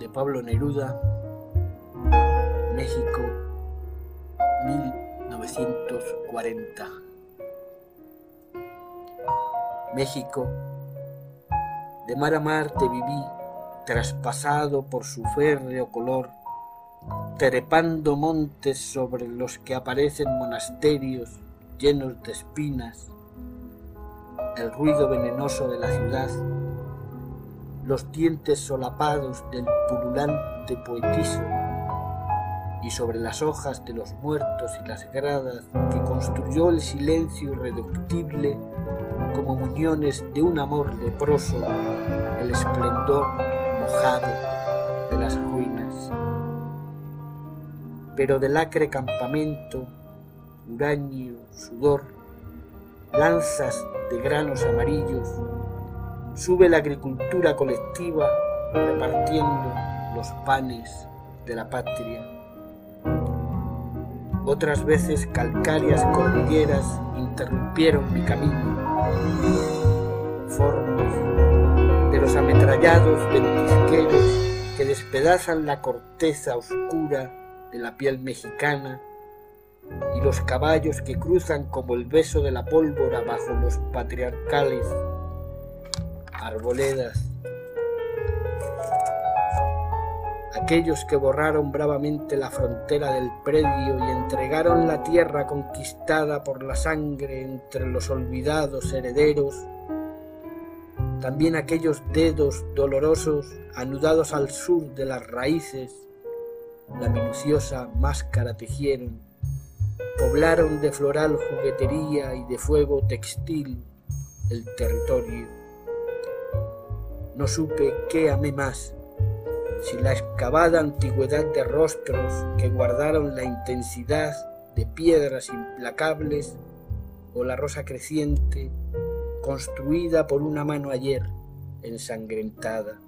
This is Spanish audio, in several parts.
de Pablo Neruda, México, 1940. México, de mar a mar te viví, traspasado por su férreo color, trepando montes sobre los que aparecen monasterios llenos de espinas, el ruido venenoso de la ciudad, los dientes solapados del pululante poetizo, y sobre las hojas de los muertos y las gradas que construyó el silencio irreductible como muñones de un amor leproso, el esplendor mojado de las ruinas. Pero del acre campamento, huraño, sudor, lanzas de granos amarillos, sube la agricultura colectiva repartiendo los panes de la patria. Otras veces calcáreas cordilleras interrumpieron mi camino, formas de los ametrallados ventisqueros que despedazan la corteza oscura de la piel mexicana y los caballos que cruzan como el beso de la pólvora bajo los patriarcales arboledas. Aquellos que borraron bravamente la frontera del predio y entregaron la tierra conquistada por la sangre entre los olvidados herederos, también aquellos dedos dolorosos anudados al sur de las raíces, la minuciosa máscara tejieron, poblaron de floral juguetería y de fuego textil el territorio. No supe qué amé más, si la excavada antigüedad de rostros que guardaron la intensidad de piedras implacables o la rosa creciente construida por una mano ayer ensangrentada.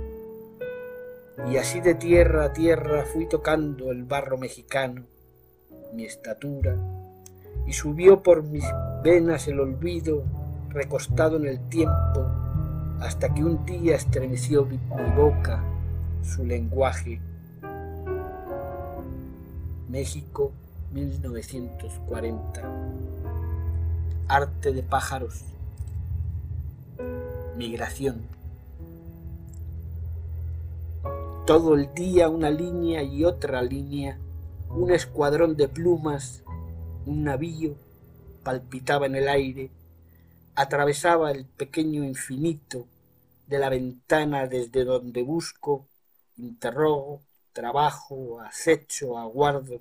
Y así de tierra a tierra fui tocando el barro mexicano, mi estatura, y subió por mis venas el olvido recostado en el tiempo hasta que un día estremeció mi boca su lenguaje. México, 1940. Arte de pájaros. Migración. Todo el día una línea y otra línea, un escuadrón de plumas, un navío palpitaba en el aire, atravesaba el pequeño infinito de la ventana desde donde busco, interrogo, trabajo, acecho, aguardo.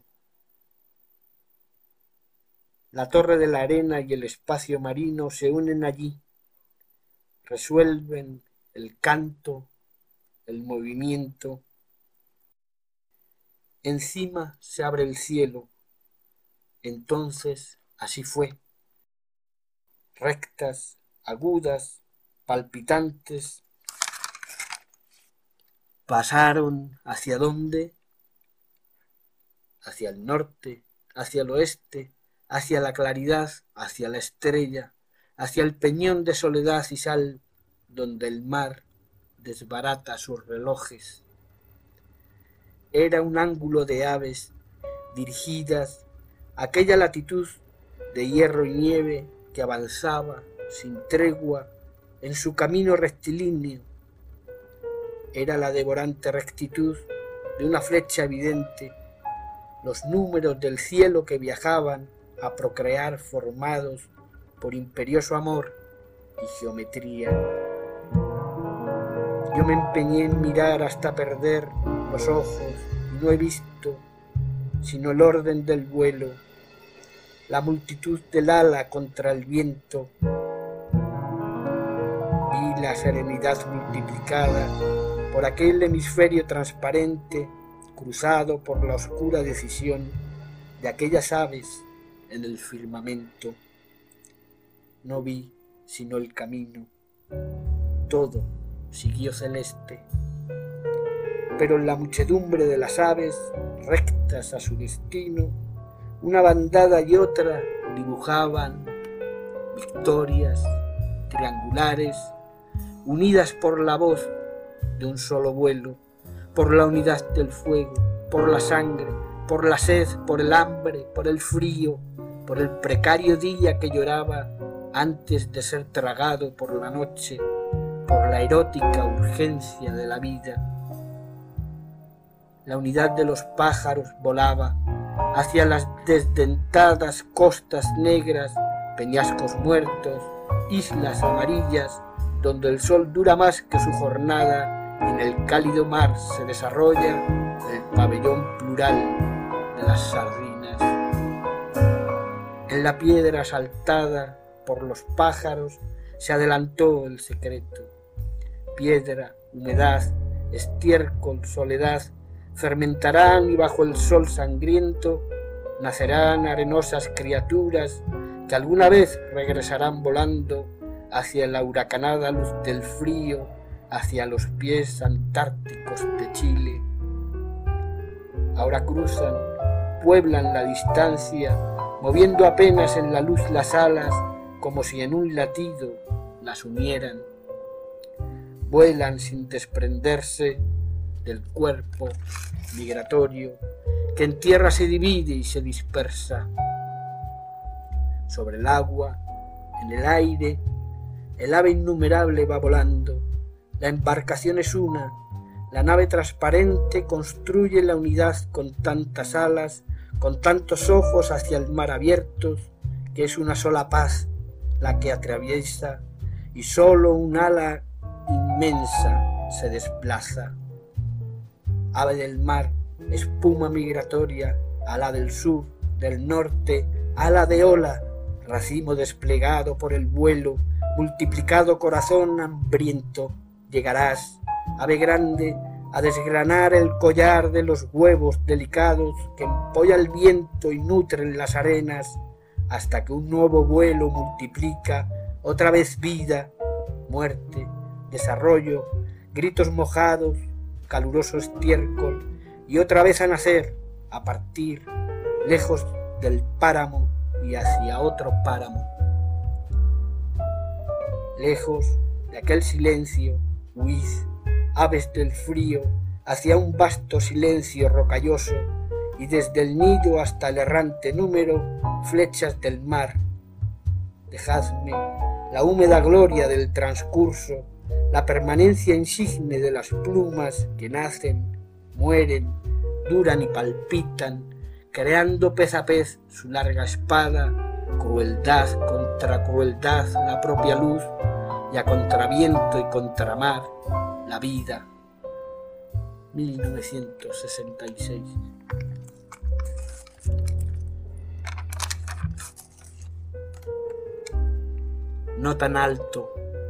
La torre de la arena y el espacio marino se unen allí, resuelven el canto, el movimiento. Encima se abre el cielo. Entonces así fue. Rectas, agudas, palpitantes. Pasaron ¿hacia dónde? Hacia el norte, hacia el oeste, hacia la claridad, hacia la estrella, hacia el peñón de soledad y sal, donde el mar desbarata sus relojes. Era un ángulo de aves dirigidas a aquella latitud de hierro y nieve que avanzaba sin tregua en su camino rectilíneo. Era la devorante rectitud de una flecha evidente, los números del cielo que viajaban a procrear formados por imperioso amor y geometría. Yo me empeñé en mirar hasta perder los ojos y no he visto sino el orden del vuelo, la multitud del ala contra el viento. Vi la serenidad multiplicada por aquel hemisferio transparente cruzado por la oscura decisión de aquellas aves en el firmamento. No vi sino el camino, todo siguió celeste, pero en la muchedumbre de las aves rectas a su destino, una bandada y otra dibujaban victorias triangulares unidas por la voz de un solo vuelo, por la unidad del fuego, por la sangre, por la sed, por el hambre, por el frío, por el precario día que lloraba antes de ser tragado por la noche, por la erótica urgencia de la vida. La unidad de los pájaros volaba hacia las desdentadas costas negras, peñascos muertos, islas amarillas, donde el sol dura más que su jornada y en el cálido mar se desarrolla el pabellón plural de las sardinas. En la piedra asaltada por los pájaros se adelantó el secreto. Piedra, humedad, estiércol, soledad, fermentarán y bajo el sol sangriento nacerán arenosas criaturas que alguna vez regresarán volando hacia la huracanada luz del frío, hacia los pies antárticos de Chile. Ahora cruzan, pueblan la distancia, moviendo apenas en la luz las alas, como si en un latido las unieran. Vuelan sin desprenderse del cuerpo migratorio que en tierra se divide y se dispersa. Sobre el agua, en el aire, el ave innumerable va volando. La embarcación es una, la nave transparente construye la unidad con tantas alas, con tantos ojos hacia el mar abiertos, que es una sola paz la que atraviesa y solo un ala inmensa se desplaza. Ave del mar, espuma migratoria, ala del sur, del norte, ala de ola, racimo desplegado por el vuelo, multiplicado corazón hambriento, llegarás, ave grande, a desgranar el collar de los huevos delicados que empolla el viento y nutren las arenas, hasta que un nuevo vuelo multiplica otra vez vida, muerte, desarrollo, gritos mojados, caluroso estiércol, y otra vez a nacer, a partir, lejos del páramo y hacia otro páramo. Lejos de aquel silencio, huid, aves del frío, hacia un vasto silencio rocalloso, y desde el nido hasta el errante número, flechas del mar. Dejadme la húmeda gloria del transcurso, la permanencia insigne de las plumas que nacen, mueren, duran y palpitan, creando pez a pez su larga espada, crueldad contra crueldad la propia luz, y a contraviento y contramar la vida. 1966. No tan alto.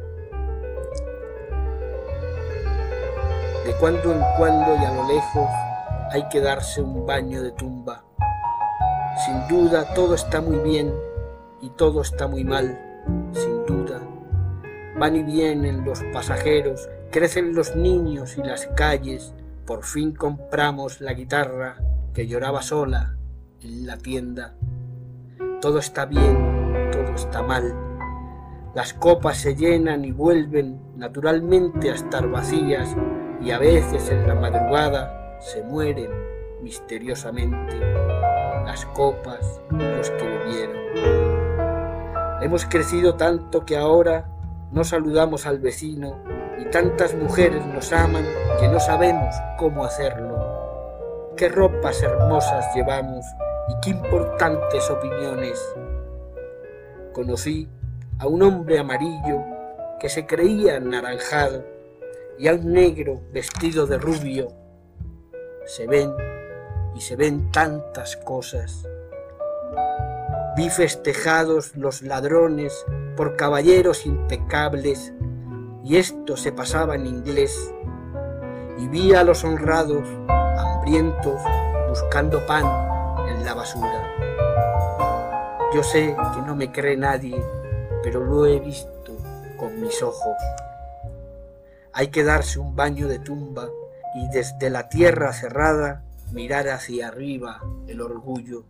De cuando en cuando y a lo lejos hay que darse un baño de tumba. Sin duda todo está muy bien y todo está muy mal, sin duda. Van y vienen los pasajeros, crecen los niños y las calles. Por fin compramos la guitarra que lloraba sola en la tienda. Todo está bien, todo está mal. Las copas se llenan y vuelven naturalmente a estar vacías, y a veces en la madrugada se mueren misteriosamente las copas y los que bebieron. Hemos crecido tanto que ahora no saludamos al vecino, y tantas mujeres nos aman que no sabemos cómo hacerlo. Qué ropas hermosas llevamos y qué importantes opiniones. Conocí a un hombre amarillo que se creía anaranjado y a un negro vestido de rubio. Se ven y se ven tantas cosas. Vi festejados los ladrones por caballeros impecables, y esto se pasaba en inglés, y vi a los honrados, hambrientos, buscando pan en la basura. Yo sé que no me cree nadie, pero lo he visto con mis ojos. Hay que darse un baño de tumba y desde la tierra cerrada mirar hacia arriba el orgullo.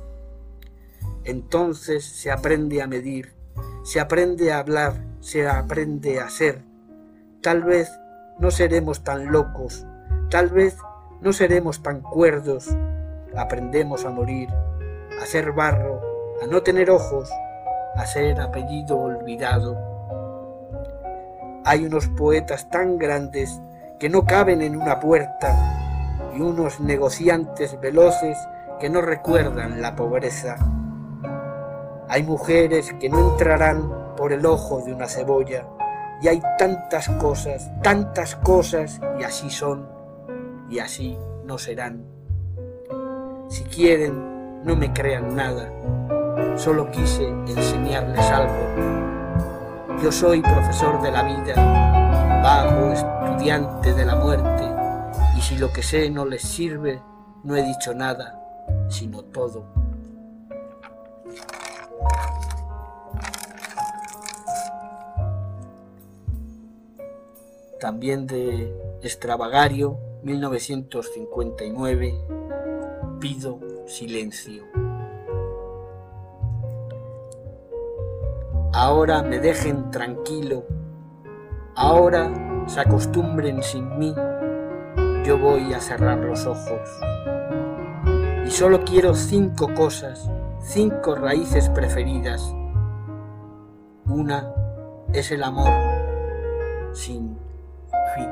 Entonces se aprende a medir, se aprende a hablar, se aprende a ser. Tal vez no seremos tan locos, Tal vez no seremos tan cuerdos, aprendemos a morir, a ser barro, a no tener ojos, a ser apellido olvidado. Hay unos poetas tan grandes que no caben en una puerta y unos negociantes veloces que no recuerdan la pobreza. Hay mujeres que no entrarán por el ojo de una cebolla y hay tantas cosas, y así son y así no serán. Si quieren, no me crean nada, solo quise enseñarles algo. Yo soy profesor de la vida, vago estudiante de la muerte, y si lo que sé no les sirve, no he dicho nada, sino todo. También de Extravagario, 1959, Pido silencio. Ahora me dejen tranquilo, ahora se acostumbren sin mí, yo voy a cerrar los ojos. Y solo quiero 5 cosas, 5 raíces preferidas. Una es el amor sin fin.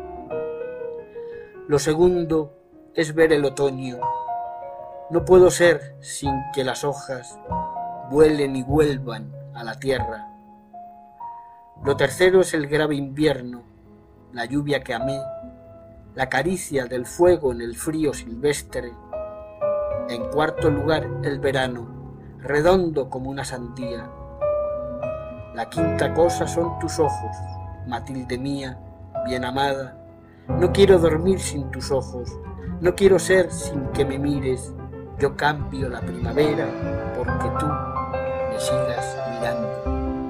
Lo segundo es ver el otoño. No puedo ser sin que las hojas vuelen y vuelvan a la tierra. Lo tercero es el grave invierno, la lluvia que amé, la caricia del fuego en el frío silvestre. En cuarto lugar, el verano, redondo como una sandía. La quinta cosa son tus ojos, Matilde mía, bien amada. No quiero dormir sin tus ojos, no quiero ser sin que me mires. Yo cambio la primavera porque tú me sigas mirando.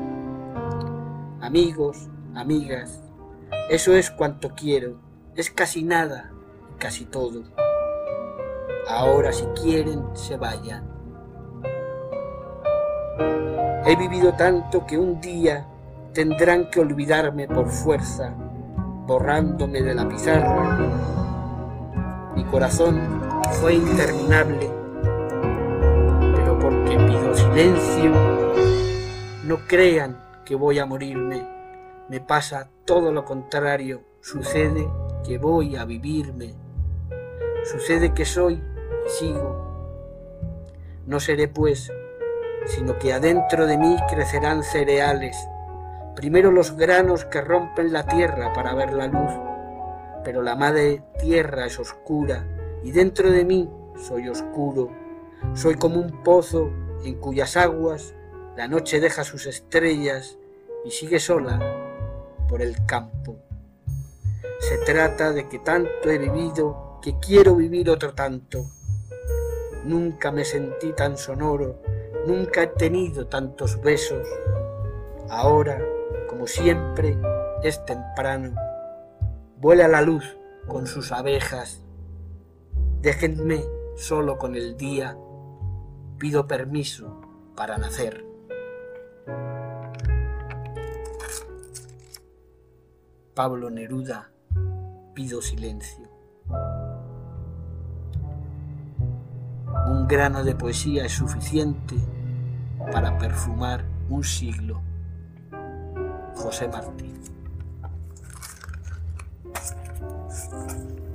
Amigos, amigas, eso es cuanto quiero, es casi nada y casi todo. Ahora si quieren se vayan. He vivido tanto que un día tendrán que olvidarme por fuerza, borrándome de la pizarra. Mi corazón fue interminable, pero porque pido silencio, no crean que voy a morirme. Me pasa todo lo contrario, sucede que voy a vivirme. Sucede que soy y sigo. No seré pues, sino que adentro de mí crecerán cereales. Primero los granos que rompen la tierra para ver la luz, pero la madre tierra es oscura y dentro de mí soy oscuro. Soy como un pozo en cuyas aguas la noche deja sus estrellas y sigue sola por el campo. Se trata de que tanto he vivido que quiero vivir otro tanto. Nunca me sentí tan sonoro, nunca he tenido tantos besos. Ahora, como siempre, es temprano. Vuela la luz con sus abejas. Déjenme solo con el día. Pido permiso para nacer. Pablo Neruda, Pido silencio. Un grano de poesía es suficiente para perfumar un siglo. José Martí.